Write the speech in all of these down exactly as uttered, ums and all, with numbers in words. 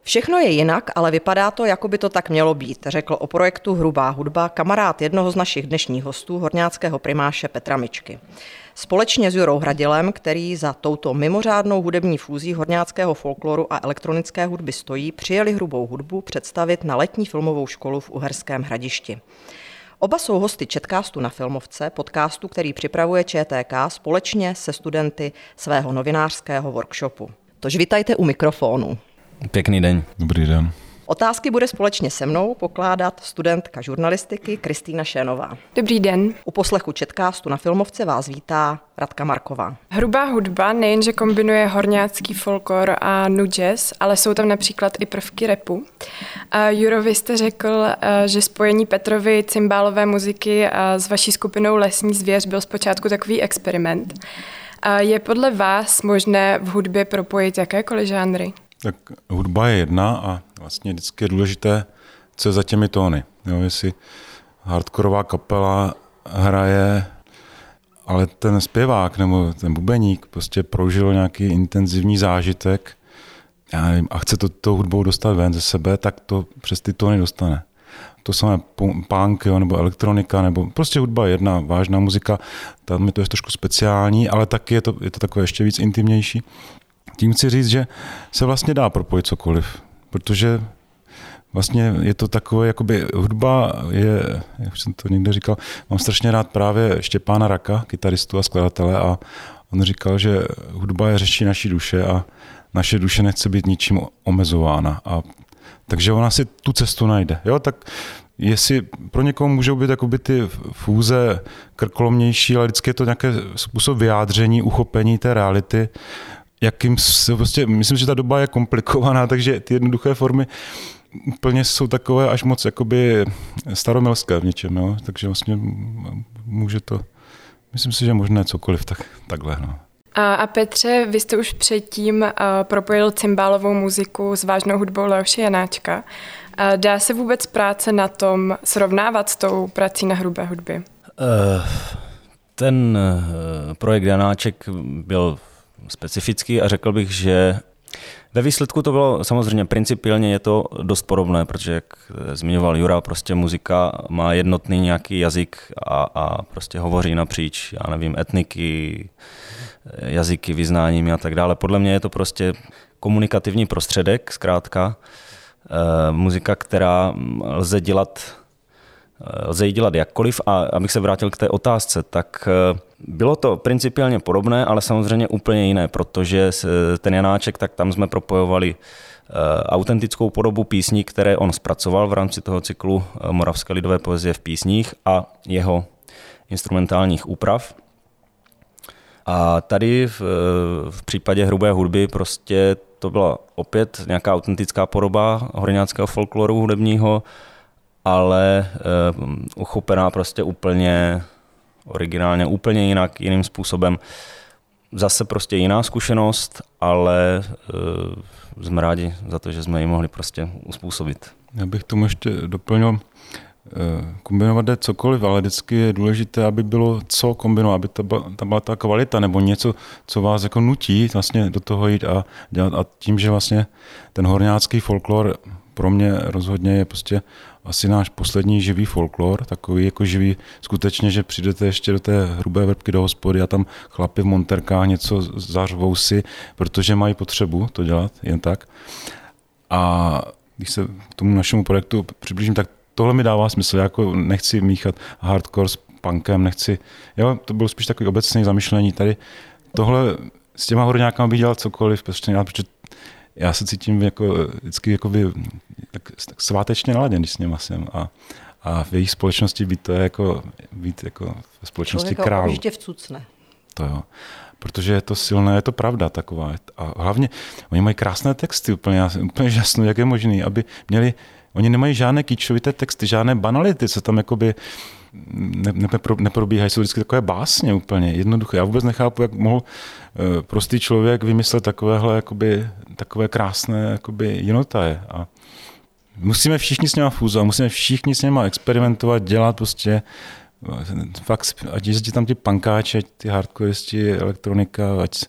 Všechno je jinak, ale vypadá to, jako by to tak mělo být, řekl o projektu Hrubá hudba kamarád jednoho z našich dnešních hostů, horňáckého primáše Petra Mičky. Společně s Jurou Hradilem, který za touto mimořádnou hudební fúzí horňáckého folkloru a elektronické hudby stojí, přijeli Hrubou hudbu představit na letní filmovou školu v Uherském Hradišti. Oba jsou hosty Četcastu na Filmovce, podcastu, který připravuje ČTK společně se studenty svého novinářského workshopu. Tož vitajte u mikrofonu. Pěkný den. Dobrý den. Otázky bude společně se mnou pokládat studentka žurnalistiky Kristýna Šénová. Dobrý den. U poslechu Četcastu na Filmovce vás vítá Radka Marková. Hrubá hudba nejenže kombinuje horňácký folklor a nu jazz, ale jsou tam například i prvky rapu. A Juro, vy jste řekl, že spojení Petrovy cymbálové muziky s vaší skupinou Lesní zvěř byl zpočátku takový experiment. A je podle vás možné v hudbě propojit jakékoliv žánry? Tak hudba je jedna a vlastně vždycky je důležité, co je za těmi tóny. Jo, jestli hardkorová kapela hraje, ale ten zpěvák nebo ten bubeník prostě prožil nějaký intenzivní zážitek, já nevím, a chce to tou hudbou dostat ven ze sebe, tak to přes ty tóny dostane. To samé punk, jo, nebo elektronika, nebo prostě hudba je jedna vážná muzika, tam je to je trošku speciální, ale taky je to, je to takové ještě víc intimnější. Tím chci říct, že se vlastně dá propojit cokoliv, protože vlastně je to takové, jakoby hudba je, jak jsem to někde říkal, mám strašně rád právě Štěpána Raka, kytaristu a skladatele, a on říkal, že hudba je řeší naší duše a naše duše nechce být ničím omezována. A takže ona si tu cestu najde. Jo, tak jestli pro někoho můžou být jakoby ty fúze krkolomnější, ale vždycky je to nějaký způsob vyjádření, uchopení té reality, jakým se prostě, myslím, že ta doba je komplikovaná, takže ty jednoduché formy úplně jsou takové až moc jakoby staromilské v něčem, jo? Takže vlastně může to, myslím si, že možné cokoliv tak, takhle. No. A, a Petře, vy jste už předtím uh, propojil cymbálovou muziku s vážnou hudbou Leoše Janáčka. Uh, dá se vůbec práce na tom srovnávat s tou prací na hrubé hudbě? Uh, ten uh, projekt Janáček byl specifický a řekl bych, že ve výsledku to bylo samozřejmě principiálně je to dost podobné, protože jak zmiňoval Jura, prostě muzika má jednotný nějaký jazyk a, a prostě hovoří napříč, já nevím, etniky, jazyky, vyznáními a tak dále. Podle mě je to prostě komunikativní prostředek, zkrátka e, muzika, která lze dělat Lze ji dělat jakkoliv, a abych se vrátil k té otázce, tak bylo to principiálně podobné, ale samozřejmě úplně jiné, protože ten Janáček, tak tam jsme propojovali autentickou podobu písní, které on zpracoval v rámci toho cyklu Moravské lidové poezie v písních a jeho instrumentálních úprav. A tady v, v případě hrubé hudby prostě to byla opět nějaká autentická podoba horňáckého folkloru hudebního, ale uh, uchopená prostě úplně originálně, úplně jinak, jiným způsobem. Zase prostě jiná zkušenost, ale uh, jsme rádi za to, že jsme ji mohli prostě uspůsobit. Já bych tomu ještě doplnil, uh, kombinovat jde cokoliv, ale vždycky je důležité, aby bylo co kombinovat, aby ta byla, ta byla ta kvalita nebo něco, co vás jako nutí vlastně do toho jít a dělat. A tím, že vlastně ten horňácký folklor pro mě rozhodně je prostě asi náš poslední živý folklor, takový jako živý skutečně, že přijdete ještě do té hrubé vrbky do hospody a tam chlapi v monterkách něco zařvou si, protože mají potřebu to dělat jen tak. A když se k tomu našemu projektu přiblížím, tak tohle mi dává smysl, já jako nechci míchat hardcore s punkem, nechci, jo, to bylo spíš takový obecný zamyšlení tady. Tohle s těma horňákama bych dělal cokoliv, protože já se cítím jako vždycky jako by, tak, tak svátečně naladěn, když s něma jsem. A, a v jejich společnosti být to je jako, být jako ve společnosti králů. Člověka okamžitě vcucne. To jo. Protože je to silné, je to pravda taková. A hlavně, oni mají krásné texty, úplně, úplně žasnu, jak je možný, aby měli, oni nemají žádné kýčovité texty, žádné banality, co tam jakoby ne, ne, neprobíhají, jsou vždycky takové básně úplně jednoduché. Já vůbec nechápu, jak mohl uh, prostý člověk vymyslet takovéhle, jakoby, takové krásné jakoby, jinotaje. A musíme všichni s něma fúzovat, musíme všichni s něma experimentovat, dělat prostě fakt, ať jezdí tam ty punkáči, ty hardcoreisti, elektronika, ať,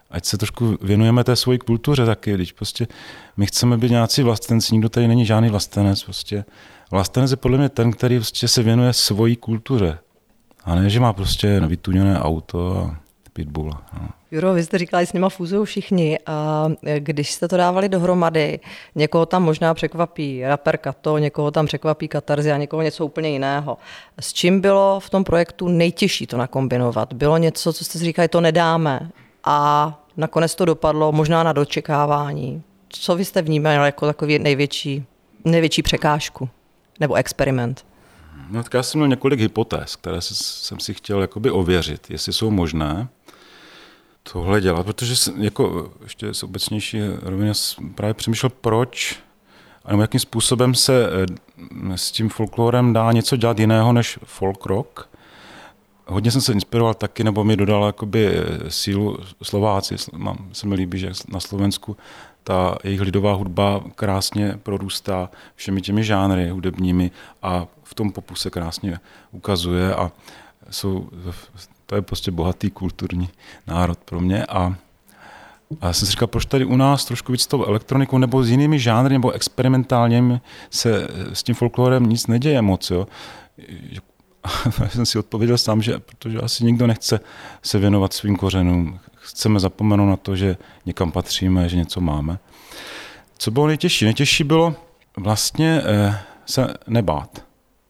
ať se trošku věnujeme té svojí kultuře taky, když prostě my chceme být nějací vlastenci, nikdo tady není žádný vlastenec, prostě vlastenec je podle mě ten, který prostě se věnuje svojí kultuře, a ne, že má prostě vytuněné auto a pitbulla. No. Juro, vy jste říkali, s nima fuzují všichni a když jste to dávali dohromady, někoho tam možná překvapí rapper Kato, někoho tam překvapí Katarzy a někoho něco úplně jiného. S čím bylo v tom projektu nejtěžší to nakombinovat? Bylo něco, co jste si říkali, to nedáme a nakonec to dopadlo možná na dočekávání. Co vy jste vnímali jako takový největší, největší překážku nebo experiment? No, tak já jsem měl několik hypotéz, které jsem si chtěl jakoby ověřit, jestli jsou možné tohle dělat, protože jsem, jako ještě z obecnější roviny právě přemýšlel, proč a nebo jakým způsobem se s tím folklorem dá něco dělat jiného než folk rock. Hodně jsem se inspiroval taky, nebo mi dodal jakoby sílu Slováci. Mám, se mi líbí, že na Slovensku ta jejich lidová hudba krásně prorůstá všemi těmi žánry hudebními a v tom popu se krásně ukazuje a jsou, to je prostě bohatý kulturní národ pro mě. A, a já jsem si říkal, proč tady u nás trošku víc s tou elektronikou nebo s jinými žánry nebo experimentálně se s tím folklorem nic neděje moc. Jo? Já jsem si odpověděl sám, že protože asi nikdo nechce se věnovat svým kořenům. Chceme zapomenout na to, že někam patříme, že něco máme. Co bylo nejtěžší? Nejtěžší bylo vlastně eh, se nebát.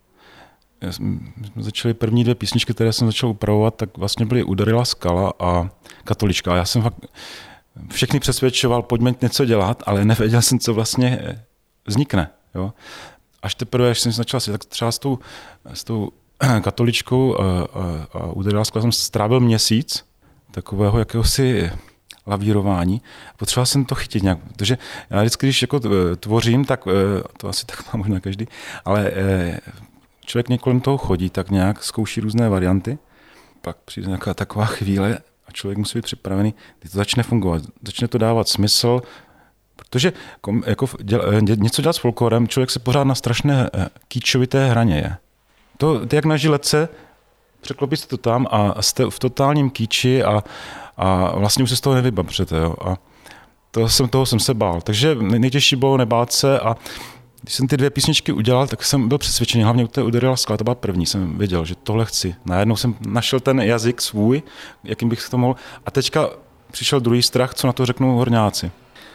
My jsme začali první dvě písničky, které jsem začal upravovat, tak vlastně byly Udarila skala a Katolička. Já jsem fakt všechny přesvědčoval, pojďme něco dělat, ale nevěděl jsem, co vlastně vznikne. Jo? Až teprve, až jsem začal si, tak třeba s tou, s tou Katoličkou a, a, a Udarila skala jsem strávil měsíc takového jakéhosi lavírování. Potřeboval jsem to chytit nějak, protože já vždycky, když jako tvořím, tak to asi tak má možná každý, ale člověk několem toho chodí, tak nějak zkouší různé varianty, pak přijde nějaká taková chvíle a člověk musí být připravený, kdy to začne fungovat, začne to dávat smysl, protože jako děl, něco dělat s folklorem, člověk se pořád na strašné kýčovité hraně je. To, to jak na žilece, překlopí se to tam a jste v totálním kýči a, a vlastně už se z toho nevybabřete. Jo. A to jsem, toho jsem se bál. Takže nejtěžší bylo nebát se a když jsem ty dvě písničky udělal, tak jsem byl přesvědčený, hlavně u té Udarila skala, to byla první, jsem věděl, že tohle chci. Najednou jsem našel ten jazyk svůj, jakým bych to mohl. A teďka přišel druhý strach, co na to řeknou horňáci.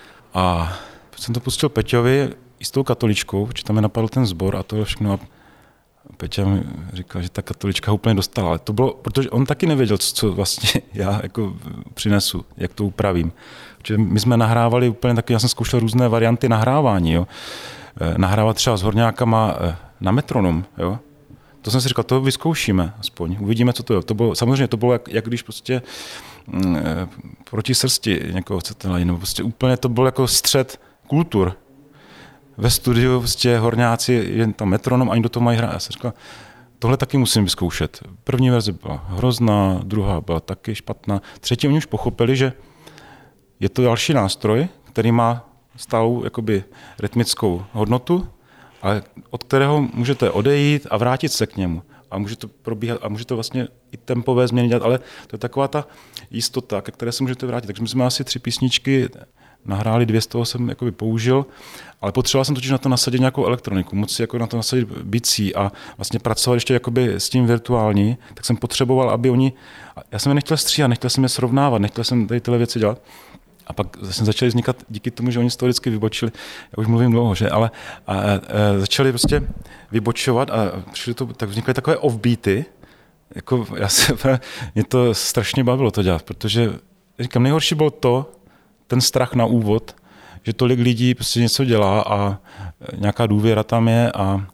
A jsem to pustil Peťovi i s tou Katoličkou, protože tam mi napadl ten sbor a tohle všechno. Peťa mi říkal, že ta Katolička ho úplně dostala, ale to bylo, protože on taky nevěděl, co, co vlastně já jako přinesu, jak to upravím. Protože my jsme nahrávali úplně taky, já jsem zkoušel různé varianty nahrávání, jo. Nahrávat třeba s horňákama na metronom, jo. To jsem si říkal, to vyzkoušíme aspoň, uvidíme, co to je. To bylo, samozřejmě to bylo, jak, jak když prostě m, proti srsti někoho chcete najít, nebo prostě úplně to bylo jako střed kultur. Ve studiu prostě horňáci, jen tam metronom, ani do toho mají hrát. Já jsem říkal, tohle taky musím vyzkoušet. První verze byla hrozná, druhá byla taky špatná. Třetí oni už pochopili, že je to další nástroj, který má stálou jakoby rytmickou hodnotu, ale od kterého můžete odejít a vrátit se k němu. A může to probíhat, a může to vlastně i tempové změny dělat, ale to je taková ta jistota, ke které se můžete vrátit. Takže my jsme asi tři písničky nahráli, dvě z toho jsem jakoby použil, ale potřeboval jsem totiž na to nasadit nějakou elektroniku, moc si jako na to nasadit bicí a vlastně pracovat ještě jakoby s tím virtuální, tak jsem potřeboval, aby oni, já jsem je nechtěl stříhat, nechtěl jsem je srovnávat, nechtěl jsem tady tyhle věci dělat. A pak jsem začali vznikat díky tomu, že oni z toho vždycky vybočili, já už mluvím dlouho, že, ale a, a, a začali prostě vybočovat a přišli to, tak vznikaly takové offbeaty, jako já se, mě to strašně bavilo to dělat, protože říkám, nejhorší bylo to, ten strach na úvod, že tolik lidí prostě něco dělá a nějaká důvěra tam je a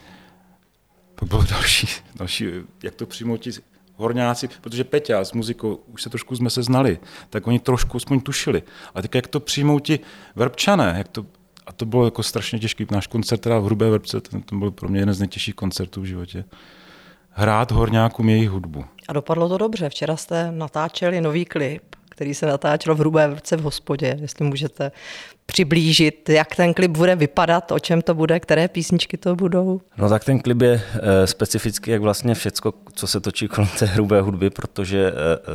pak bylo další, další jak to přijmout ti horňáci, protože Peťa s muzikou, už se trošku jsme se znali, tak oni trošku aspoň tušili. A teď jak to přijmou ti Vrbčané, jak to, a to bylo jako strašně těžký. Náš koncert teda v Hrubé Vrbce, to, to byl pro mě jeden z nejtěžších koncertů v životě. Hrát horňákům jejich hudbu. A dopadlo to dobře. Včera jste natáčeli nový klip, který se natáčel v Hrubé Vrbce v hospodě. Jestli můžete přiblížit, jak ten klip bude vypadat, o čem to bude, které písničky to budou? No tak ten klip je e, specifický, jak vlastně všecko, co se točí kolem té hrubé hudby, protože e,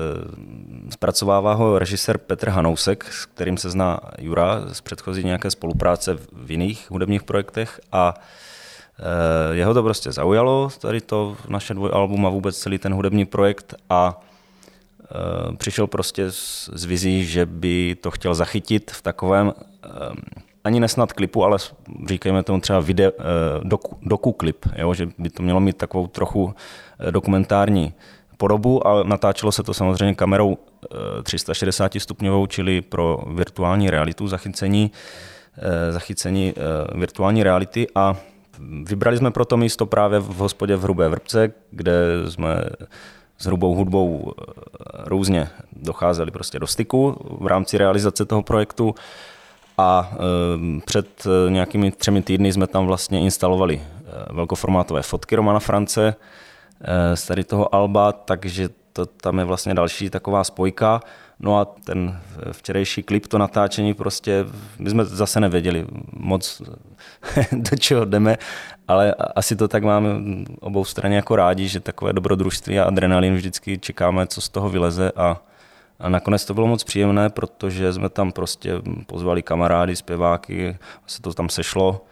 e, zpracovává ho režisér Petr Hanousek, s kterým se zná Jura z předchozí nějaké spolupráce v jiných hudebních projektech a e, jeho to prostě zaujalo, tady to naše dvojalbum a vůbec celý ten hudební projekt a e, přišel prostě s, s vizí, že by to chtěl zachytit v takovém ani nesnad klipu, ale říkejme tomu třeba video, doku, dokuklip, jo? Že by to mělo mít takovou trochu dokumentární podobu a natáčelo se to samozřejmě kamerou tři sta šedesát stupňovou, čili pro virtuální realitu, zachycení, zachycení virtuální reality a vybrali jsme pro to místo právě v hospodě v Hrubé Vrbce, kde jsme s hrubou hudbou různě docházeli prostě do styku v rámci realizace toho projektu. A před nějakými třemi týdny jsme tam vlastně instalovali velkoformátové fotky Romana France z tady toho alba, takže to tam je vlastně další taková spojka. No a ten včerejší klip, to natáčení prostě, my jsme zase nevěděli moc, do čeho jdeme, ale asi to tak máme obou straně jako rádi, že takové dobrodružství a adrenalin vždycky čekáme, co z toho vyleze a A nakonec to bylo moc příjemné, protože jsme tam prostě pozvali kamarády, zpěváky, se to tam sešlo.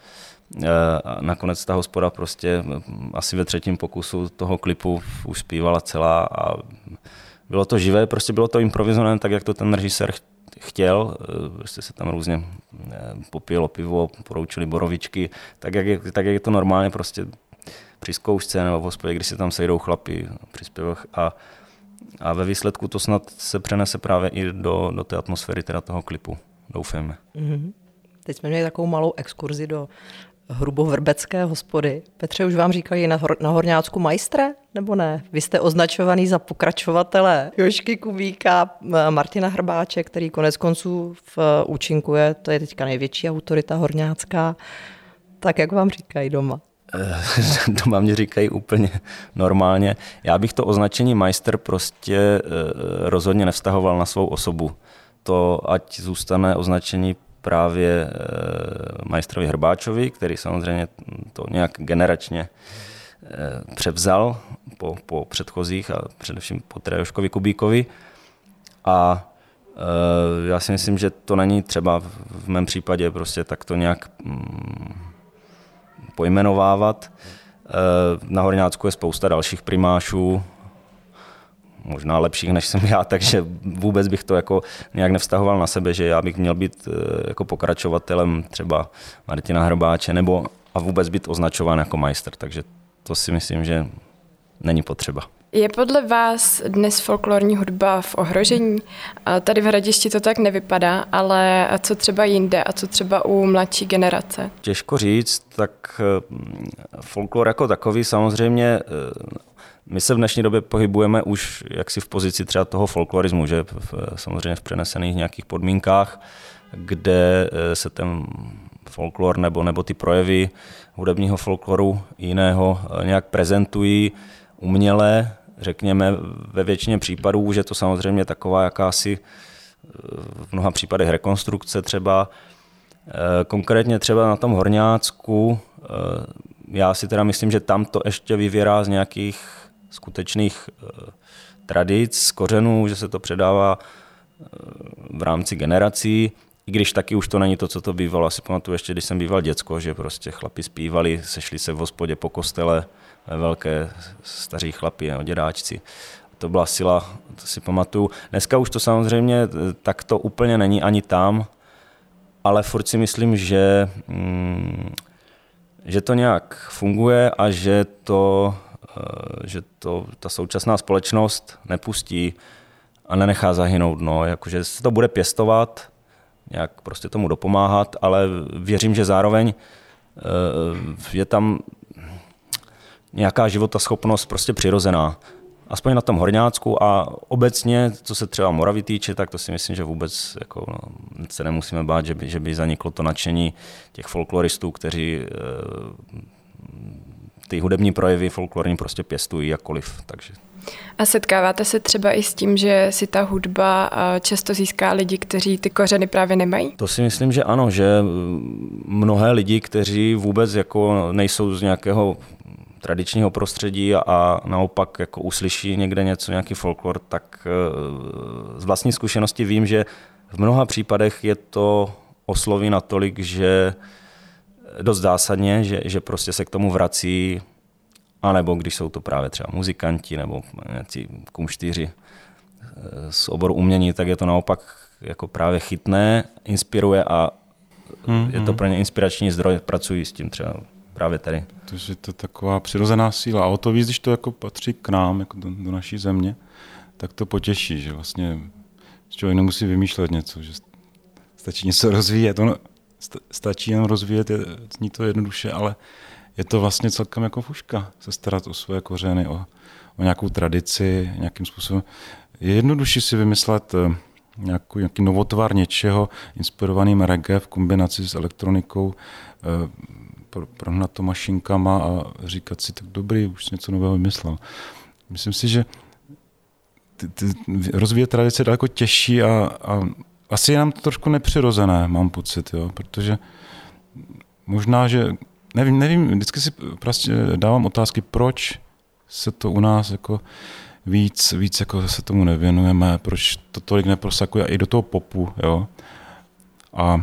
A nakonec ta hospoda prostě asi ve třetím pokusu toho klipu už zpívala celá a bylo to živé, prostě bylo to improvizované, tak jak to ten režisér chtěl. Prostě se tam různě popíjelo pivo, poroučili borovičky, tak jak je, tak jak je to normálně prostě při zkoušce nebo v hospodě, když se tam sejdou chlapi při zpěvech a A ve výsledku to snad se přenese právě i do, do té atmosféry teda toho klipu, doufáme. Mm-hmm. Teď jsme měli takovou malou exkurzi do hrubovrbecké hospody. Petře, už vám říkali na, hor, na Horňácku majstre, nebo ne? Vy jste označovaný za pokračovatele Jožky Kubíka, Martina Hrbáče, který konec konců v účinkuje, to je teďka největší autorita horňácká. Tak jak vám říkají doma? Doma mě říkají úplně normálně. Já bych to označení majster prostě rozhodně nevztahoval na svou osobu. To ať zůstane označení právě majstrovi Hrbáčovi, který samozřejmě to nějak generačně převzal po, po předchozích a především po Jožkovi Kubíkovi. A já si myslím, že to není třeba v mém případě prostě tak to nějak pojmenovávat. Na Horňácku je spousta dalších primášů, možná lepších než jsem já, takže vůbec bych to jako nějak nevztahoval na sebe, že já bych měl být jako pokračovatelem třeba Martina Hrbáče nebo a vůbec být označován jako majster, takže to si myslím, že není potřeba. Je podle vás dnes folklorní hudba v ohrožení? Tady v Hradišti to tak nevypadá, ale co třeba jinde a co třeba u mladší generace? Těžko říct, tak folklor jako takový samozřejmě, my se v dnešní době pohybujeme už jaksi v pozici třeba toho folklorismu, že v, samozřejmě v přenesených nějakých podmínkách, kde se ten folklor nebo, nebo ty projevy hudebního folkloru jiného nějak prezentují uměle, řekněme ve většině případů, že to samozřejmě taková jakási v mnoha případech rekonstrukce třeba. Konkrétně třeba na tom Horňácku, já si teda myslím, že tam to ještě vyvěrá z nějakých skutečných tradic, z kořenů, že se to předává v rámci generací, i když taky už to není to, co to bývalo. Asi pamatuju ještě, když jsem býval děcko, že prostě chlapi zpívali, sešli se v hospodě po kostele, velké staří chlapi, no, dědáčci. To byla sila, to si pamatuju. Dneska už to samozřejmě tak to úplně není ani tam, ale furt si myslím, že, mm, že to nějak funguje a že to, že to ta současná společnost nepustí a nenechá zahynout. No, jakože se to bude pěstovat, nějak prostě tomu dopomáhat, ale věřím, že zároveň je tam nějaká životaschopnost prostě přirozená. Aspoň na tom Horňácku a obecně, co se třeba Moravy týče, tak to si myslím, že vůbec jako, no, se nemusíme bát, že by, že by zaniklo to nadšení těch folkloristů, kteří ty hudební projevy folklorní prostě pěstují jakkoliv. Takže. A setkáváte se třeba i s tím, že si ta hudba často získá lidi, kteří ty kořeny právě nemají? To si myslím, že ano, že mnohé lidi, kteří vůbec jako nejsou z nějakého tradičního prostředí a naopak jako uslyší někde něco, nějaký folklor, tak z vlastní zkušenosti vím, že v mnoha případech je to osloví natolik, že dost zásadně, že, že prostě se k tomu vrací, anebo když jsou to právě třeba muzikanti nebo nějací kumštýři z oboru umění, tak je to naopak jako právě chytné, inspiruje a hmm, je to pro ně inspirační zdroj, pracují s tím třeba právě tady. Takže to je taková přirozená síla. A o to víc, když to jako patří k nám, jako do, do naší země, tak to potěší, že vlastně člověk nemusí vymýšlet něco, že stačí něco rozvíjet. Ono stačí jen rozvíjet, je, zní to jednoduše, ale je to vlastně celkem jako fuška se starat o své kořeny, o, o nějakou tradici, nějakým způsobem. Je jednodušší si vymyslet nějaký, nějaký novotvar něčeho inspirovaným reggae v kombinaci s elektronikou, prohnat to mašinkama a říkat si, tak dobrý, už jsi něco nového vymyslel. Myslím si, že ty, ty, rozvíjet tradice je daleko těžší a, a asi je nám to trošku nepřirozené, mám pocit, jo, protože možná, že nevím, nevím, vždycky si prostě dávám otázky, proč se to u nás jako víc, víc jako se tomu nevěnujeme, proč to tolik neprosakuje i do toho popu, jo. A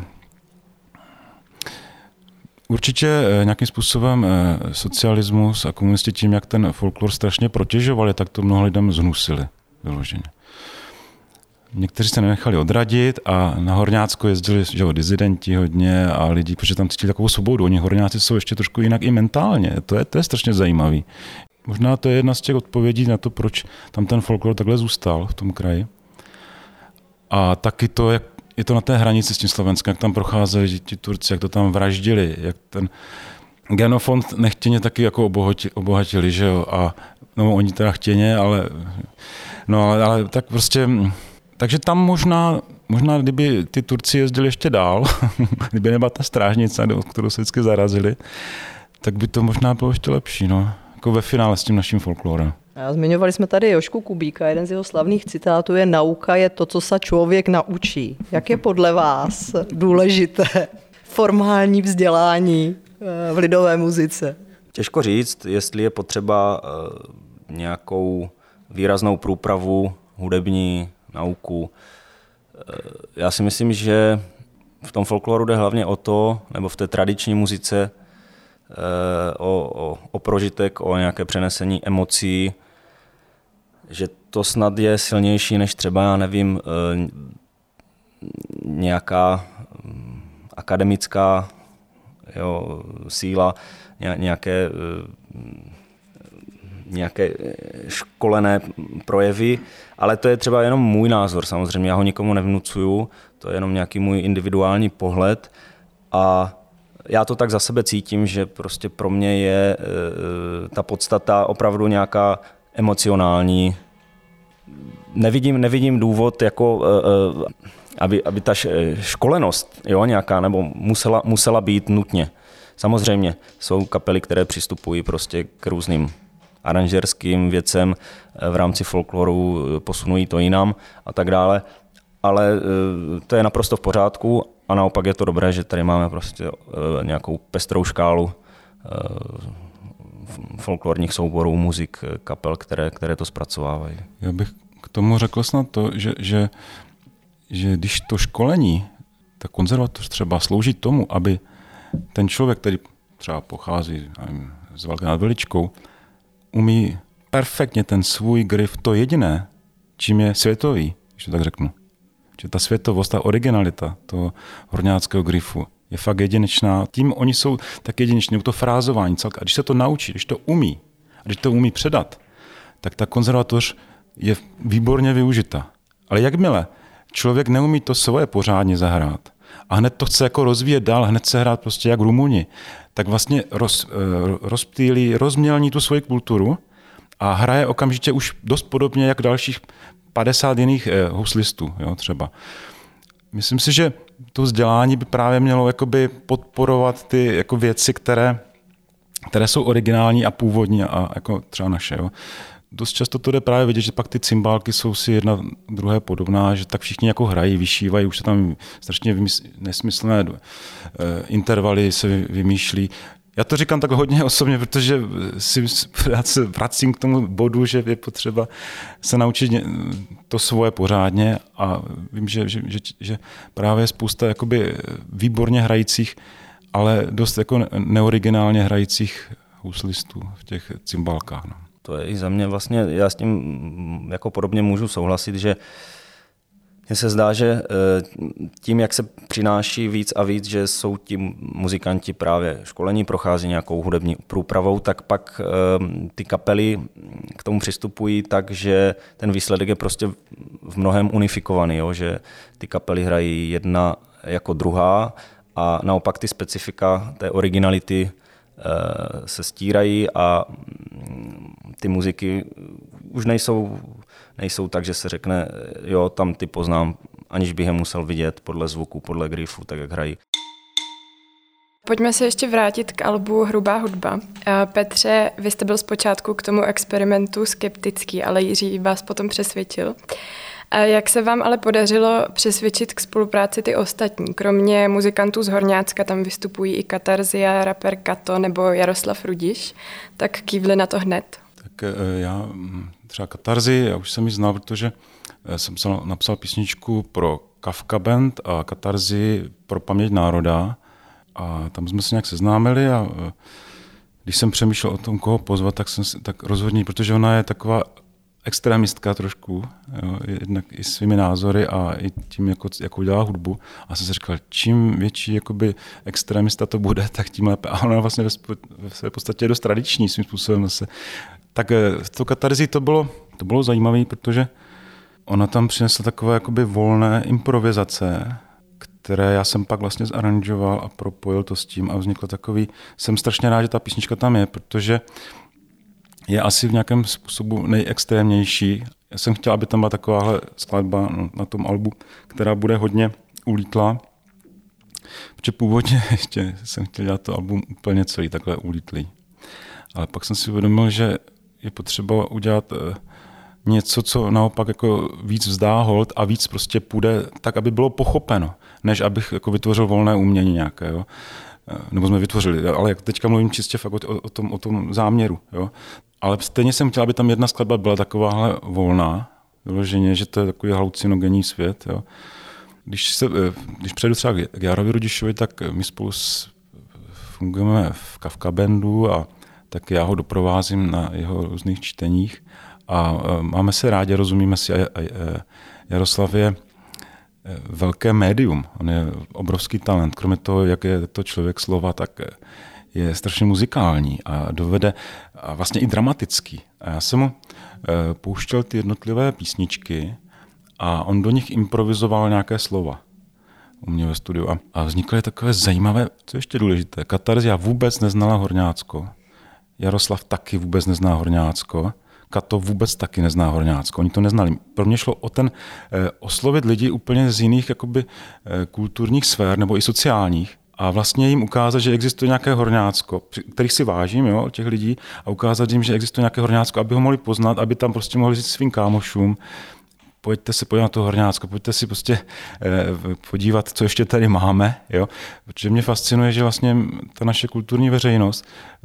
určitě nějakým způsobem socialismus a komunisti tím, jak ten folklor strašně protěžovali, tak to mnoho lidem zhnusili vyloženě. Někteří se nenechali odradit a na Horňácko jezdili, že jo, dizidenti hodně a lidi, protože tam cítili takovou svobodu. Oni Horňáci jsou ještě trošku jinak i mentálně. To je, to je strašně zajímavý. Možná to je jedna z těch odpovědí na to, proč tam ten folklor takhle zůstal v tom kraji. A taky to, jak je to na té hranici s tím Slovenskem, jak tam procházeli ti Turci, jak to tam vraždili, jak ten genofond nechtěně taky jako obohatili, obohatili, že jo, a no oni teda chtěně, ale no ale, ale tak prostě, takže tam možná, možná kdyby ty Turci jezdili ještě dál, kdyby nebyla ta strážnice, kterou se vždycky zarazili, tak by to možná bylo ještě lepší, no, jako ve finále s tím naším folklorem. A zmiňovali jsme tady Jožku Kubíka, jeden z jeho slavných citátů je: nauka je to, co se člověk naučí. Jak je podle vás důležité formální vzdělání v lidové muzice? Těžko říct, jestli je potřeba nějakou výraznou průpravu, hudební nauku. Já si myslím, že v tom folkloru jde hlavně o to, nebo v té tradiční muzice, o, o, o prožitek, o nějaké přenesení emocí, že to snad je silnější než třeba, já nevím, nějaká akademická, jo, síla, nějaké, nějaké školené projevy, ale to je třeba jenom můj názor, samozřejmě, já ho nikomu nevnucuju, to je jenom nějaký můj individuální pohled a já to tak za sebe cítím, že prostě pro mě je e, ta podstata opravdu nějaká emocionální. Nevidím, nevidím důvod, jako, e, e, aby, aby ta školenost, jo, nějaká, nebo musela, musela být nutně. Samozřejmě jsou kapely, které přistupují prostě k různým aranžerským věcem v rámci folkloru, posunují to jinam a tak dále, ale e, to je naprosto v pořádku. A naopak je to dobré, že tady máme prostě nějakou pestrou škálu folklorních souborů, muzik, kapel, které, které to zpracovávají. Já bych k tomu řekl snad to, že, že, že když to školení, ta konzervatoř třeba slouží tomu, aby ten člověk, který třeba pochází nevím, z Velké nad Veličkou, umí perfektně ten svůj grif, to jediné, čím je světový, když to tak řeknu. Že ta světovost, ta originalita toho horňáckého grifu je fakt jedinečná. Tím oni jsou tak jedineční, to frázování celka. A když se to naučí, když to umí, a když to umí předat, tak ta konzervatoř je výborně využita. Ale jakmile člověk neumí to svoje pořádně zahrát a hned to chce jako rozvíjet dál, hned se hrát prostě jak Rumuni, tak vlastně roz, rozptýlí, rozmělní tu svoji kulturu a hraje okamžitě už dost podobně jak dalších padesát jiných eh, huslistů, jo, třeba. Myslím si, že to vzdělání by právě mělo jakoby podporovat ty jako věci, které které jsou originální a původní a jako třeba naše. Jo. Dost často to jde právě vidět, že pak ty cymbálky jsou si jedna druhé podobná, že tak všichni jako hrají, vyšívají, už se tam strašně vymysl, nesmyslné uh, intervaly se vymýšlí. Já to říkám tak hodně osobně, protože si já se vracím k tomu bodu, že je potřeba se naučit to svoje pořádně a vím, že, že, že, že právě je spousta jakoby výborně hrajících, ale dost jako neoriginálně hrajících houslistů v těch cymbálkách. No. To je i za mě vlastně, já s tím jako podobně můžu souhlasit, že mně se zdá, že tím, jak se přináší víc a víc, že jsou ti muzikanti právě školení, prochází nějakou hudební průpravou, tak pak ty kapely k tomu přistupují tak, že ten výsledek je prostě v mnohem unifikovaný, jo? Že ty kapely hrají jedna jako druhá a naopak ty specifika té originality se stírají a ty muziky už nejsou, nejsou tak, že se řekne, jo, tam ty poznám, aniž bych je musel vidět podle zvuku, podle griffu, tak jak hrají. Pojďme se ještě vrátit k albu Hrubá hudba. Petře, vy jste byl zpočátku k tomu experimentu skeptický, ale Jiří vás potom přesvědčil. Jak se vám ale podařilo přesvědčit k spolupráci ty ostatní? Kromě muzikantů z Horňácka tam vystupují i Katarzia, rapper Kato nebo Jaroslav Rudiš, tak kývli na to hned. Tak já třeba Katarzii, já už jsem ji znal, protože jsem psal, napsal písničku pro Kafka Band a Katarzii pro Paměť národa a tam jsme se nějak seznámili a když jsem přemýšlel o tom, koho pozvat, tak jsem si tak rozhodně, protože ona je taková extremistka trošku, jo, jednak i svými názory a i tím, jako, jakou dělá hudbu. A jsem si říkal, čím větší jakoby, extremista to bude, tak tím lépe. A ona vlastně ve, ve své podstatě je dost tradiční svým způsobem zase. Tak v to Katarzii to bylo, to bylo zajímavé, protože ona tam přinesla takové jakoby volné improvizace, které já jsem pak vlastně zaranžoval a propojil to s tím a vzniklo takový, jsem strašně rád, že ta písnička tam je, protože je asi v nějakém způsobu nejextrémnější. Já jsem chtěl, aby tam byla takováhle skladba na tom albu, která bude hodně ulítlá. Protože původně ještě jsem chtěl dělat to album úplně celý, takhle ulítlý. Ale pak jsem si uvědomil, že je potřeba udělat něco, co naopak jako víc vzdá hold a víc prostě půjde tak, aby bylo pochopeno, než abych jako vytvořil volné umění nějaké. Jo. Nebo jsme vytvořili, ale teďka mluvím čistě fakt o, o, tom, o tom záměru. Jo. Ale stejně jsem chtěl, aby tam jedna skladba byla takováhle volná, vyloženě, že to je takový halucinogenní svět. Jo. Když, se, když přejdu třeba k Jarovi Rudišovi, tak my spolu s, fungujeme v Kafka Bandu a tak já ho doprovázím na jeho různých čteních a máme se rádi, rozumíme si a, a, a Jaroslav je velké médium, on je obrovský talent, kromě toho, jak je to člověk slova, tak je strašně muzikální a dovede a vlastně i dramatický. A já jsem mu pouštěl ty jednotlivé písničky a on do nich improvizoval nějaké slova u mě ve studiu. A vznikly takové zajímavé, co je ještě důležité, Katarzia vůbec neznala Horňácko, Jaroslav taky vůbec nezná Horňácko, Kato vůbec taky nezná Horňácko, oni to neznali. Pro mě šlo o ten eh, oslovit lidi úplně z jiných jakoby, eh, kulturních sfér nebo i sociálních a vlastně jim ukázat, že existuje nějaké Horňácko, kterých si vážím, jo, těch lidí, a ukázat jim, že existuje nějaké Horňácko, aby ho mohli poznat, aby tam prostě mohli říct svým kámošům, pojďte se podívat na to Horňácko, pojďte si prostě eh, podívat, co ještě tady máme, jo, protože mě fascinuje, že vlastně ta naše kulturní veřejnost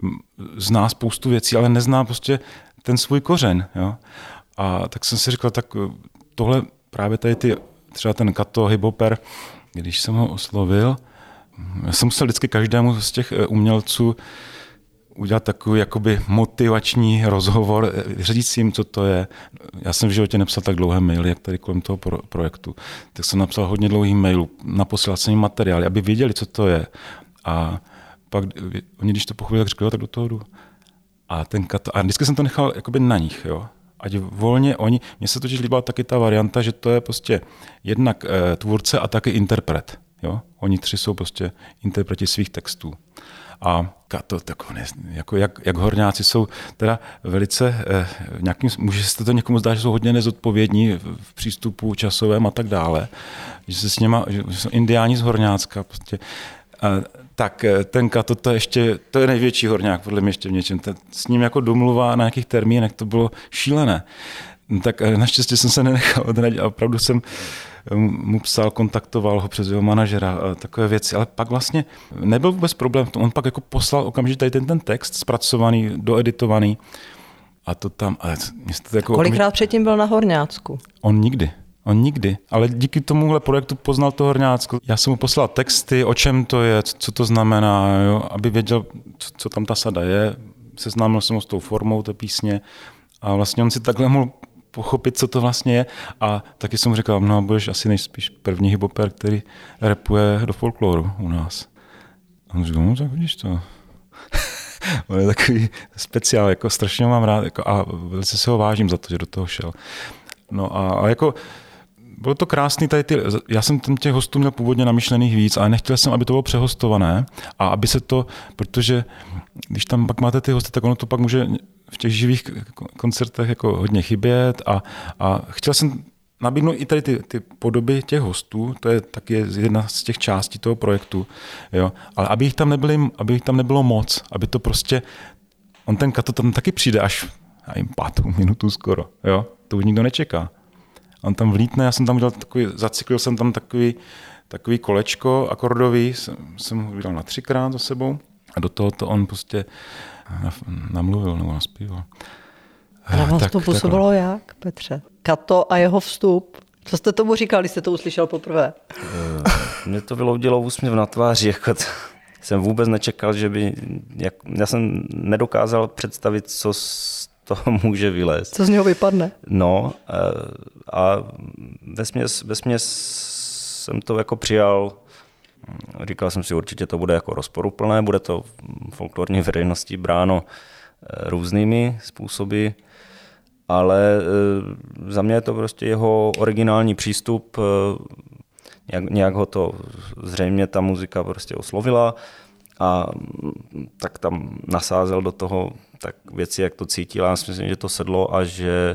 zná spoustu věcí, ale nezná prostě ten svůj kořen. Jo? A tak jsem si říkal, tak tohle právě tady ty, třeba ten Kato, hiphoper, když jsem ho oslovil, já jsem musel vždycky každému z těch umělců udělat takový jakoby motivační rozhovor, říct jim, co to je. Já jsem v životě nepsal tak dlouhé maily, jak tady kolem toho pro, projektu. Tak jsem napsal hodně dlouhých mailů, naposílal jsem jim materiály, aby věděli, co to je. A pak oni, když to pochopili, tak řekli, tak do toho jdu. A, ten Kato, a vždycky jsem to nechal jakoby na nich, jo. Ať volně oni, mně se totiž líbila taky ta varianta, že to je prostě jednak e, tvůrce a taky interpret, jo. Oni tři jsou prostě interpreti svých textů. A Kato, takové, jako jak, jak Horňáci jsou teda velice, e, nějakým, může se to někomu zdát, že jsou hodně nezodpovědní v, v přístupu časovém a tak dále, že se s něma, že jsou indiáni z Horňácka prostě. tak ten Kato, to, ještě, to je největší horňák podle mě ještě v něčem. S ním jako domluva na nějakých termínech, to bylo šílené. Tak naštěstí jsem se nenechal odradit a opravdu jsem mu psal, kontaktoval ho přes jeho manažera a takové věci, ale pak vlastně nebyl vůbec problém v tom. On pak jako poslal okamžitě tady ten, ten text zpracovaný, doeditovaný a to tam... Ale to jako kolikrát okamžitě... předtím byl na Horňácku? On nikdy. On nikdy, ale díky tomuhle projektu poznal to Horňácko. Já jsem mu poslal texty, o čem to je, co to znamená, jo, aby věděl, co, co tam ta sada je. Seznámil jsem ho s tou formou té písně a vlastně on si takhle mohl pochopit, co to vlastně je. A taky jsem mu říkal, no budeš asi nejspíš první hiphoper, který rapuje do folkloru u nás. A on říkal, no tak vidíš to. On je takový speciál, jako strašně mám rád jako, a velice se ho vážím za to, že do toho šel. No a, a jako bylo to krásný tady ty, já jsem tam těch hostů měl původně namyšlených víc, ale nechtěl jsem, aby to bylo přehostované a aby se to, protože když tam pak máte ty hosty, tak ono to pak může v těch živých koncertech jako hodně chybět a, a chtěl jsem nabídnout i tady ty, ty podoby těch hostů, to je taky jedna z těch částí toho projektu, jo, ale aby jich tam nebyly, aby jich tam nebylo moc, aby to prostě, on ten Kato tam taky přijde až, já jim pátou minutu skoro, jo, to už nikdo nečeká. On tam vlítne, já jsem tam udělal takový, zacyklil jsem tam takový, takový kolečko akordový, jsem, jsem ho udělal na třikrát za sebou a do toho to on prostě namluvil nebo naspíval. A na vás tak, to působilo tak, jak, Petře? Kato a jeho vstup. Co jste tomu říkal, když jste to uslyšel poprvé? Mně to vyloudilo úsměv na tváři, jako t- jsem vůbec nečekal, že by, jak, já jsem nedokázal představit, co z toho může vylézt. Co z něho vypadne? No a vesměs, vesměs jsem to jako přijal, říkal jsem si, určitě to bude jako rozporuplné, bude to folklorní veřejnosti bráno různými způsoby, ale za mě je to prostě jeho originální přístup, nějak, nějak ho to zřejmě ta muzika prostě oslovila a tak tam nasázel do toho tak věci, jak to cítil. Já si myslím, že to sedlo a že,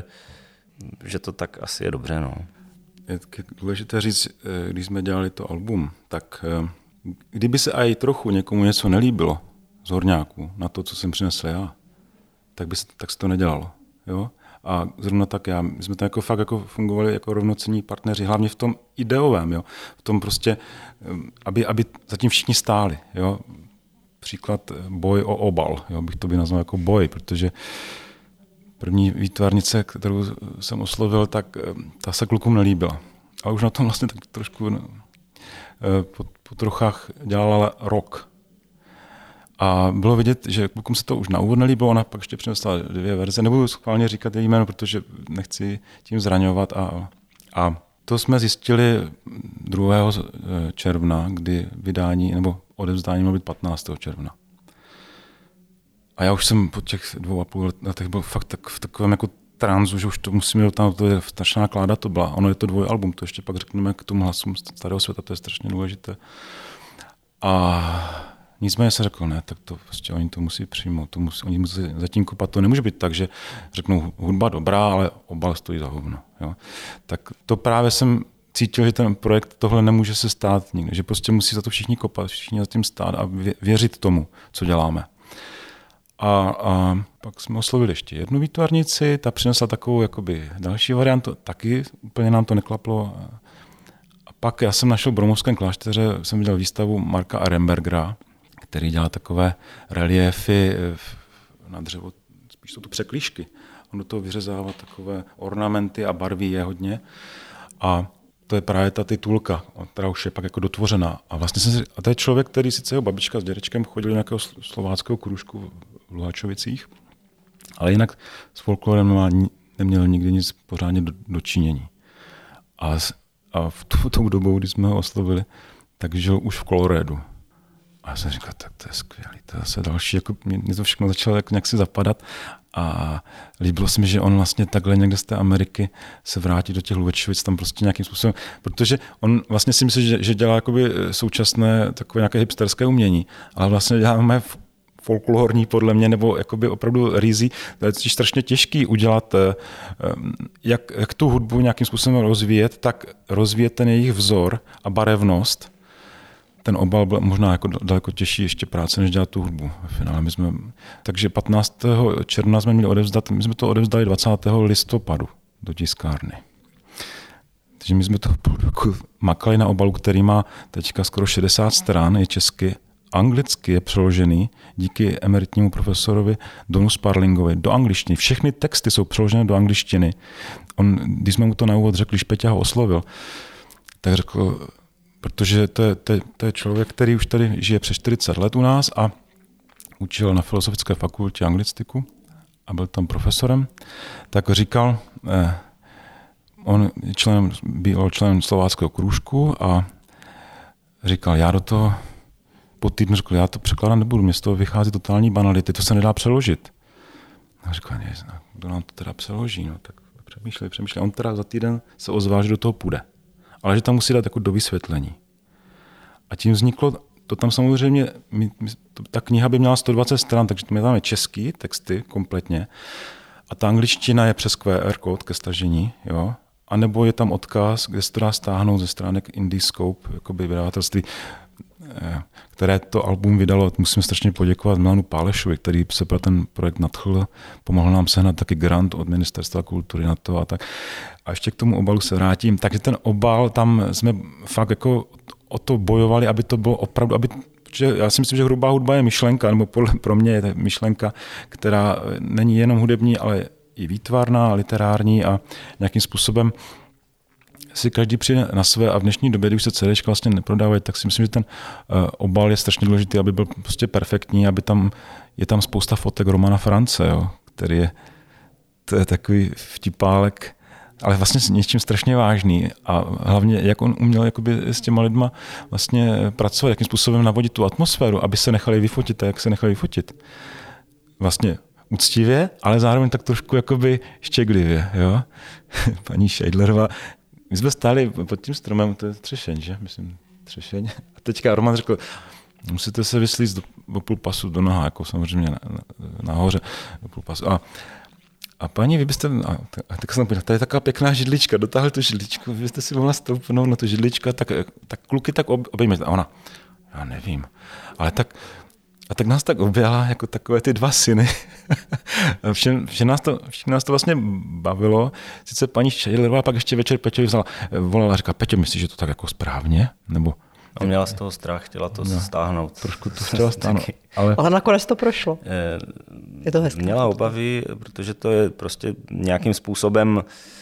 že to tak asi je dobře. No. Je důležité říct, když jsme dělali to album, tak kdyby se aj trochu někomu něco nelíbilo z Horňáků na to, co jsem přinesl já, tak by se, tak se to nedělalo. Jo? A zrovna tak já, my jsme tam jako fakt jako fungovali jako rovnocenní partneři, hlavně v tom ideovém, jo? V tom prostě, aby, aby zatím všichni stáli. Jo? Příklad boj o obal, jo? Bych to by nazval jako boj, protože první výtvarnice, kterou jsem oslovil, tak ta se klukům nelíbila. A už na tom vlastně tak trošku no, po, po trochách dělala rok. A bylo vidět, že klukům se to už na úvod nelíbilo, ona pak ještě přinesla dvě verze. Nebudu schválně říkat její jméno, protože nechci tím zraňovat. A, a to jsme zjistili druhého června, kdy vydání nebo odevzdání mělo být patnáctého června. A já už jsem po těch dvou a půl letech byl fakt tak, v takovém jako tranzu, že už to musíme do tam, to je strašná kláda to byla. Ono je to dvojalbum, to ještě pak řekneme k tomu hlasům starého světa, to je strašně důležité. A nicméně se řekl, ne, tak to prostě oni to musí přijmout, to musí, oni musí zatím kopat, to nemůže být tak, že řeknou hudba dobrá, ale obal stojí za hovno. Jo. Tak to právě jsem cítil, že ten projekt tohle nemůže se stát nikdy, že prostě musí za to všichni kopat, všichni za tím stát a věřit tomu, co děláme. A, a pak jsme oslovili ještě jednu výtvarnici, ta přinesla takovou jakoby další variantu, taky úplně nám to neklaplo. A pak já jsem našel v Bromovském klášteře, jsem viděl výstavu Marka Arembergera, který dělá takové reliéfy na dřevo, spíš jsou to překlíšky. On do toho vyřezává takové ornamenty a barví je hodně. A to je právě ta titulka, která už je pak jako dotvořená. A vlastně jsem si, a to je člověk, který sice jeho babička s dědečkem chodili do nějakého slováckého kružku v Luhačovicích, ale jinak s folklorem nemá, neměl nikdy nic pořádně do, dočinění. A, a v tu, tou dobou, kdy jsme ho oslovili, tak žil už v Kolorédu. A já jsem říkal, tak to je skvělý, to je zase další, jako mě to všechno začalo jako nějak si zapadat a líbilo se mi, že on vlastně takhle někde z té Ameriky se vrátí do těch Luhačovic tam prostě nějakým způsobem, protože on vlastně si myslí, že, že dělá jakoby současné takové nějaké hipsterské umění, ale vlastně děláme folklorní podle mě, nebo jakoby opravdu rizí, to je strašně těžký udělat, jak, jak tu hudbu nějakým způsobem rozvíjet, tak rozvíjet ten jejich vzor a barevnost, ten obal byl možná jako daleko těžší ještě práce, než dělat tu hudbu ve finále. My jsme, takže patnáctého června jsme měli odevzdat, my jsme to odevzdali dvacátého listopadu do tiskárny. Takže my jsme to makali na obalu, který má teďka skoro šedesát stran, je česky, anglicky je přeložený díky emeritnímu profesorovi Donu Sparlingovi do angličtiny. Všechny texty jsou přeložené do angličtiny. On, když jsme mu to na úvod řekli, když Peťa ho oslovil, tak řekl, protože to je, to, je, to je člověk, který už tady žije přes čtyřicet let u nás a učil na Filozofické fakultě anglistiku a byl tam profesorem, tak říkal, eh, on člen, byl členem slováckého krůžku a říkal, já do toho po týdnu řekl, já to překládat nebudu, mě z toho vychází totální banality, to se nedá přeložit. A říkal, ne, kdo nám to teda přeloží, no, tak přemýšlej, přemýšlej. On teda za týden se ozval, že do toho půjde. Ale že tam musí dát jako do vysvětlení. A tím vzniklo, to tam samozřejmě, my, my, to, ta kniha by měla sto dvacet stran, takže tam je český texty kompletně. A ta angličtina je přes Q R kód ke stažení, jo. A nebo je tam odkaz, kde se to dá stáhnout ze stránek Indiescope, jakoby vydavatelství, které to album vydalo. Musím strašně poděkovat Milanu Pálešovi, který se pro ten projekt nadchl, pomohl nám sehnat taky grant od Ministerstva kultury na to a tak. A ještě k tomu obalu se vrátím. Takže ten obal, tam jsme fakt jako o to bojovali, aby to bylo opravdu, aby, že já si myslím, že hrubá hudba je myšlenka, nebo pro mě je to myšlenka, která není jenom hudební, ale i výtvarná, literární a nějakým způsobem si každý přijde na své a v dnešní době, když se CDčka vlastně neprodávají, tak si myslím, že ten uh, obal je strašně důležitý, aby byl prostě perfektní, aby tam, je tam spousta fotek Romana France, jo, který je, to je takový vtipálek, ale vlastně s něčím strašně vážný a hlavně, jak on uměl jakoby s těma lidma vlastně pracovat, jakým způsobem navodit tu atmosféru, aby se nechali vyfotit, jak se nechali vyfotit. Vlastně úctivě, ale zároveň tak trošku jakoby štěglivě, jo. Paní Scheidlerová. My jsme stáli pod tím stromem, to je třešeň, že? Myslím, třešeň. A teďka Roman řekl, musíte se vyslíct do, do půl pasu do noha, jako samozřejmě na, na, nahoře do půl pasu. A, a paní, vy byste, a, a tak jsem povedal, tady je taková pěkná židlička, dotáhli tu židličku, vy byste si mohla stoupnout na tu židličku, tak, tak kluky tak ob, obejmete. A ona, já nevím, ale tak, a tak nás tak objala jako takové ty dva syny. Všem, všem, nás to, všem nás to vlastně bavilo. Sice paní Scheidlerová pak ještě večer Peťovi vzala, volala a říkala, Peťo, myslíš, že to tak jako správně? Nebo a měla z toho strach, chtěla to no, stáhnout. Trošku to chtěla stáhnout. Ale... ale nakonec to prošlo. Je to hezké. Měla obavy, protože to je prostě nějakým způsobem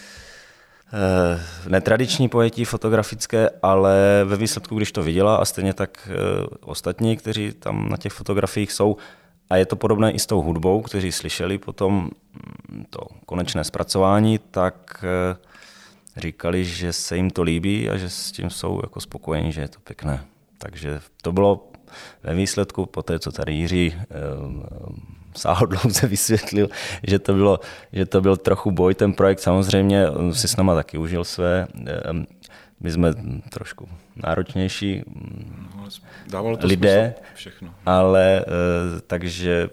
netradiční pojetí fotografické, ale ve výsledku, když to viděla a stejně tak ostatní, kteří tam na těch fotografiích jsou, a je to podobné i s tou hudbou, kteří slyšeli potom to konečné zpracování, tak říkali, že se jim to líbí a že s tím jsou jako spokojení, že je to pěkné. Takže to bylo ve výsledku, po té, co tady Jiří sáhodlouze vysvětlil, že to, bylo, že to byl trochu boj, ten projekt samozřejmě si s náma taky užil své. My jsme trošku náročnější Dávalo to lidé, všechno. Ale takže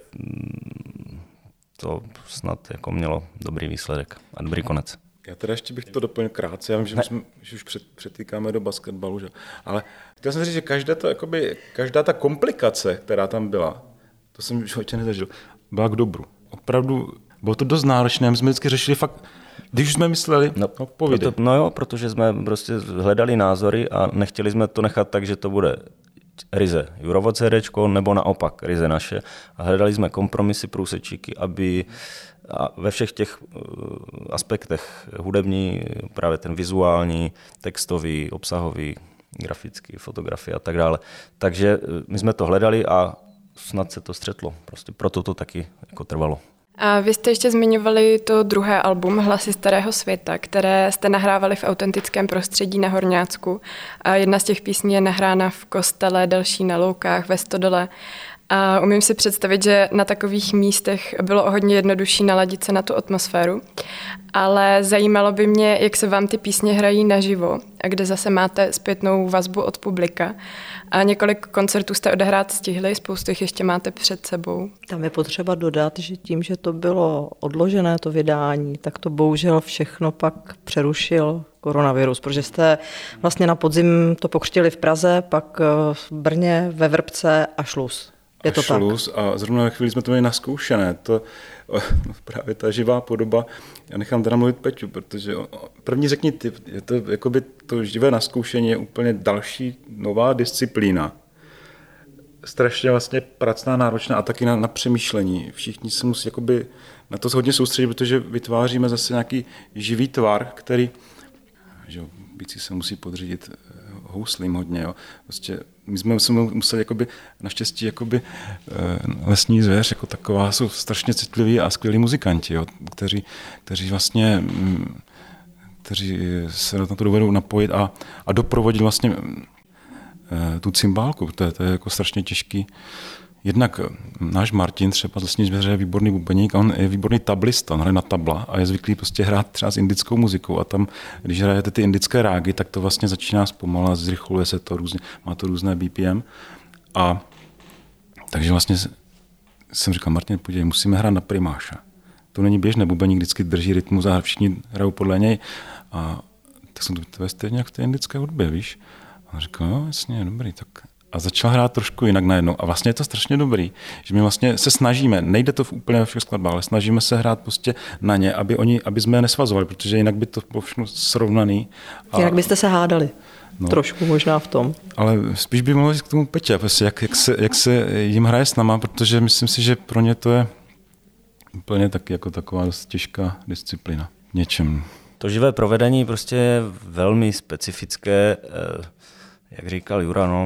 to snad jako mělo dobrý výsledek a dobrý konec. Já teda ještě bych to doplnil krátce, já vím, že, jsme, že už před, přetýkáme do basketbalu, že? Ale chtěl jsem říct, že každá, to, jakoby, každá ta komplikace, která tam byla, to jsem už hodně nezažil, byla k dobru. Opravdu bylo to dost náročné, my jsme vždycky řešili fakt, když už jsme mysleli, no, no povídej. Proto, no jo, protože jsme prostě hledali názory a nechtěli jsme to nechat tak, že to bude ryze Jurovo CDčko, nebo naopak ryze naše. A hledali jsme kompromisy, průsečíky, aby a ve všech těch aspektech hudební, právě ten vizuální, textový, obsahový, grafický, fotografie a tak dále. Takže my jsme to hledali a snad se to střetlo. Prostě proto to taky jako trvalo. A vy jste ještě zmiňovali to druhé album Hlasy starého světa, které jste nahrávali v autentickém prostředí na Horňácku. A jedna z těch písní je nahrána v kostele, další na loukách, ve stodole. A umím si představit, že na takových místech bylo o hodně jednodušší naladit se na tu atmosféru. Ale zajímalo by mě, jak se vám ty písně hrají naživo a kde zase máte zpětnou vazbu od publika. A několik koncertů jste odehrát stihli, spoustu jich ještě máte před sebou. Tam je potřeba dodat, že tím, že to bylo odložené, to vydání, tak to bohužel všechno pak přerušil koronavirus, protože jste vlastně na podzim to pokřtili v Praze, pak v Brně, ve Vrbce a šluz. Je to a šluz tak? A zrovna ve chvíli jsme to měli naskoušené. To právě ta živá podoba, já nechám teda mluvit Peťu, protože první řekni ty, je to, jakoby to živé naskoušení je úplně další nová disciplína. Strašně vlastně pracná, náročná a taky na, na přemýšlení. Všichni se musí jakoby na to hodně soustředit, protože vytváříme zase nějaký živý tvar, který, že jo, bíci se musí podřídit houslím hodně. Jo. Prostě my jsme museli jakoby, naštěstí jakoby, lesní zvěř jako taková jsou strašně citliví a skvělí muzikanti, jo, kteří, kteří vlastně kteří se na to dovedou napojit a, a doprovodit vlastně tu cymbálku. To je, to je jako strašně těžký. Jednak náš Martin třeba z lesní zvěře je výborný bubeník a on je výborný tablista, on hraje na tabla a je zvyklý prostě hrát třeba s indickou muzikou a tam, když hrajete ty indické rágy, tak to vlastně začíná zpomalat, zrychluje se to různě, má to různé B P M a takže vlastně jsem říkal, Martin, podívej, musíme hrát na primáša. To není běžné, bubeník vždycky drží rytmus a všichni hrajou podle něj a tak jsem to stejně jak v té indické hudbě, víš? A on říkal, no jasně, dobrý, tak a začal hrát trošku jinak najednou. A vlastně je to strašně dobrý, že my vlastně se snažíme, nejde to v úplně ve všech skladbách, ale snažíme se hrát prostě na ně, aby, oni, aby jsme je nesvazovali, protože jinak by to bylo všechno srovnaný. A jinak byste se hádali. No. Trošku možná v tom. Ale spíš by mluvil k tomu Petě, prostě jak, jak, se, jak se jim hraje s náma, protože myslím si, že pro ně to je úplně taky jako taková dost těžká disciplína v něčem. To živé provedení prostě je velmi specifické, jak říkal Jura, no,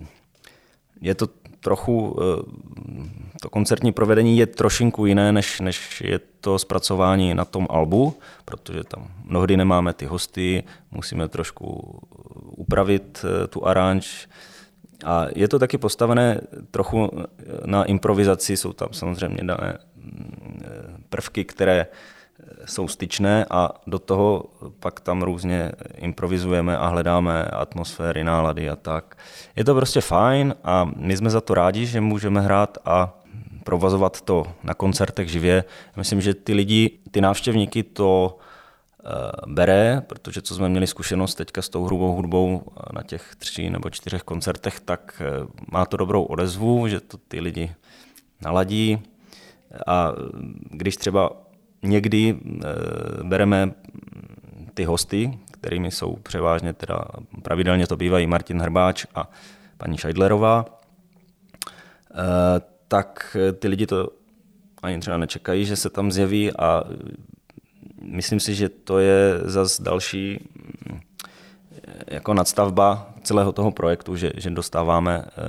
je to trochu, to koncertní provedení je trošinku jiné, než, než je to zpracování na tom albu, protože tam mnohdy nemáme ty hosty, musíme trošku upravit tu aranž a je to taky postavené trochu na improvizaci, jsou tam samozřejmě dané prvky, které jsou styčné a do toho pak tam různě improvizujeme a hledáme atmosféry, nálady a tak. Je to prostě fajn a my jsme za to rádi, že můžeme hrát a provazovat to na koncertech živě. Myslím, že ty lidi, ty návštěvníky to uh, bere, protože co jsme měli zkušenost teďka s tou hrubou hudbou na těch tři nebo čtyřech koncertech, tak uh, má to dobrou odezvu, že to ty lidi naladí a když třeba někdy e, bereme ty hosty, kterými jsou převážně teda pravidelně to bývají Martin Hrbáč a paní Scheidlerová, e, tak ty lidi to ani třeba nečekají, že se tam zjeví a myslím si, že to je zas další jako nadstavba celého toho projektu, že, že dostáváme e,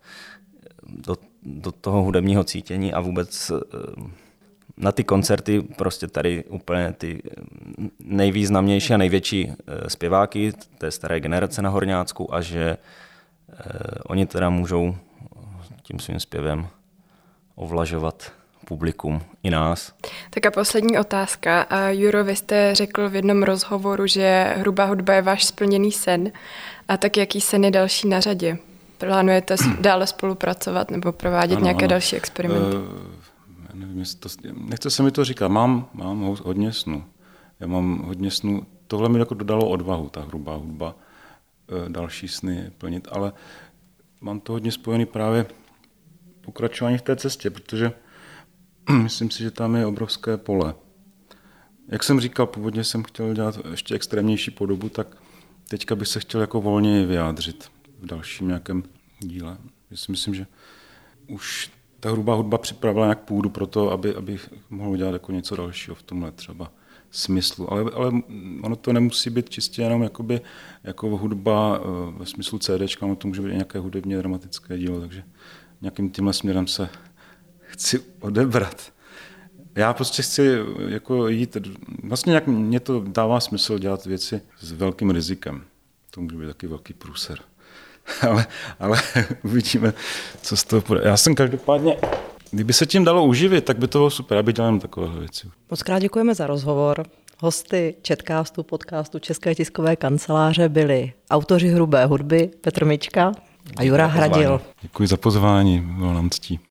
do, do toho hudebního cítění a vůbec na ty koncerty prostě tady úplně ty nejvýznamnější a největší zpěváky té staré generace na Horňácku a že eh, oni teda můžou tím svým zpěvem ovlažovat publikum i nás. Tak a poslední otázka. A Juro, vy jste řekl v jednom rozhovoru, že hrubá hudba je váš splněný sen. A tak jaký sen je další na řadě? Plánujete dále spolupracovat nebo provádět ano, nějaké ano. další experimenty? Uh... Nevím, to, nechce se mi to říkat, mám, mám hodně snů. Já mám hodně snů. Tohle mi jako dodalo odvahu, ta hrubá hudba, další sny plnit, ale mám to hodně spojený právě pokračování v té cestě, protože myslím si, že tam je obrovské pole. Jak jsem říkal, původně jsem chtěl dělat ještě extrémnější podobu, tak teďka bych se chtěl jako volněji vyjádřit v dalším nějakém díle. Já si myslím, že už ta hrubá hudba připravila nějak půdu pro to, aby, aby mohl dělat jako něco dalšího v tomhle třeba smyslu. Ale, ale ono to nemusí být čistě jenom jakoby, jako hudba ve smyslu CDčka, ono to může být nějaké hudebně dramatické dílo, takže nějakým tímhle směrem se chci odebrat. Já prostě chci jako jít, vlastně nějak mě to dává smysl dělat věci s velkým rizikem. To může být taky velký průser. ale, ale uvidíme, co z toho bude. Já jsem každopádně, kdyby se tím dalo uživit, tak by to bylo super, aby dělal takové věci. Moc krát děkujeme za rozhovor. Hosty Chatcastu, podcastu České tiskové kanceláře byli autoři hrubé hudby Petr Mička a Jura Hradil. Děkuji za pozvání, bylo nám ctí.